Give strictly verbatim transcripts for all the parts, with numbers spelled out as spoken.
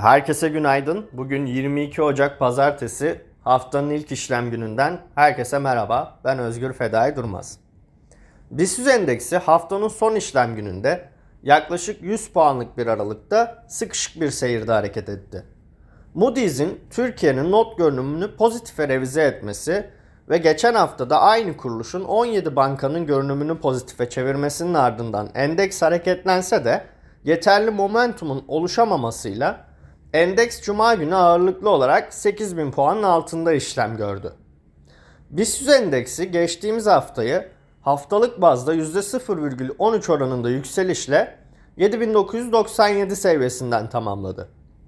Herkese günaydın. Bugün yirmi iki Ocak Pazartesi, haftanın ilk işlem gününden herkese merhaba. Ben Özgür Fedai Durmaz. BIST endeksi haftanın son işlem gününde yaklaşık yüz puanlık bir aralıkta sıkışık bir seyirde hareket etti. Moody's'in Türkiye'nin not görünümünü pozitife revize etmesi ve geçen haftada aynı kuruluşun on yedi bankanın görünümünü pozitife çevirmesinin ardından endeks hareketlense de yeterli momentumun oluşamamasıyla endeks Cuma günü ağırlıklı olarak sekiz bin puanın altında işlem gördü. BIST endeksi geçtiğimiz haftayı haftalık bazda yüzde sıfır virgül on üç oranında yükselişle yedi bin dokuz yüz doksan yedi seviyesinden tamamladı.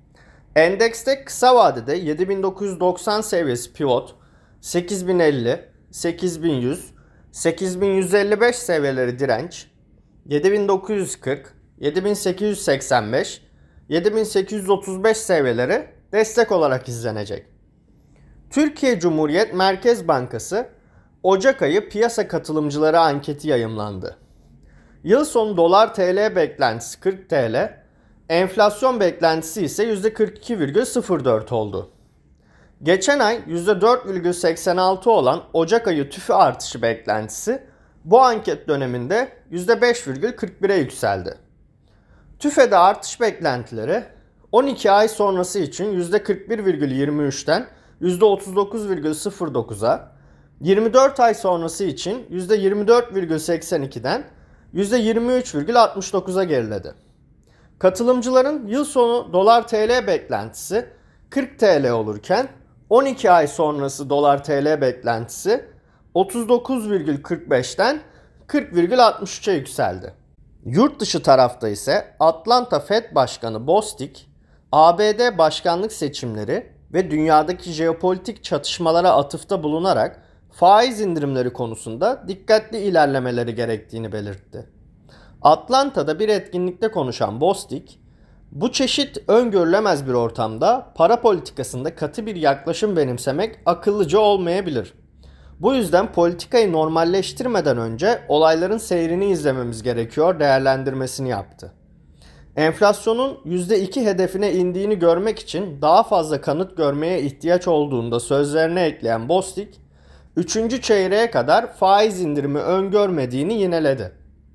Endekste kısa vadede yedi bin dokuz yüz doksan seviyesi pivot, sekiz bin elli, sekiz bin yüz, sekiz bin yüz elli beş seviyeleri direnç, yedi bin dokuz yüz kırk, yedi bin sekiz yüz seksen beş, yedi bin sekiz yüz otuz beş seviyeleri destek olarak izlenecek. Türkiye Cumhuriyet Merkez Bankası Ocak ayı piyasa katılımcıları anketi yayımlandı. Yıl sonu dolar T L beklentisi kırk T L, enflasyon beklentisi ise yüzde kırk iki virgül sıfır dört oldu. Geçen ay yüzde dört virgül seksen altı olan Ocak ayı tüfe artışı beklentisi bu anket döneminde yüzde beş virgül kırk bire yükseldi. TÜFE'de artış beklentileri on iki ay sonrası için yüzde kırk bir virgül yirmi üçten yüzde otuz dokuz virgül sıfır dokuza, yirmi dört ay sonrası için yüzde yirmi dört virgül seksen ikiden yüzde yirmi üç virgül altmış dokuza geriledi. Katılımcıların yıl sonu dolar T L beklentisi kırk T L olurken on iki ay sonrası dolar T L beklentisi otuz dokuz virgül kırk beşten kırk virgül altmış üçe yükseldi. Yurt dışı tarafta ise Atlanta Fed Başkanı Bostic, A B D başkanlık seçimleri ve dünyadaki jeopolitik çatışmalara atıfta bulunarak faiz indirimleri konusunda dikkatli ilerlemeleri gerektiğini belirtti. Atlanta'da bir etkinlikte konuşan Bostic, bu çeşit öngörülemez bir ortamda para politikasında katı bir yaklaşım benimsemek akıllıca olmayabilir. Bu yüzden politikayı normalleştirmeden önce olayların seyrini izlememiz gerekiyor değerlendirmesini yaptı. Enflasyonun yüzde iki hedefine indiğini görmek için daha fazla kanıt görmeye ihtiyaç olduğunda sözlerine ekleyen Bostic, üçüncü çeyreğe kadar faiz indirimi öngörmediğini yineledi.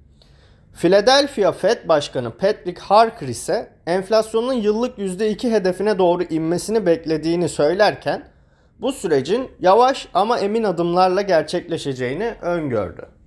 Philadelphia Fed Başkanı Patrick Harker ise enflasyonun yıllık yüzde iki hedefine doğru inmesini beklediğini söylerken bu sürecin yavaş ama emin adımlarla gerçekleşeceğini öngördü.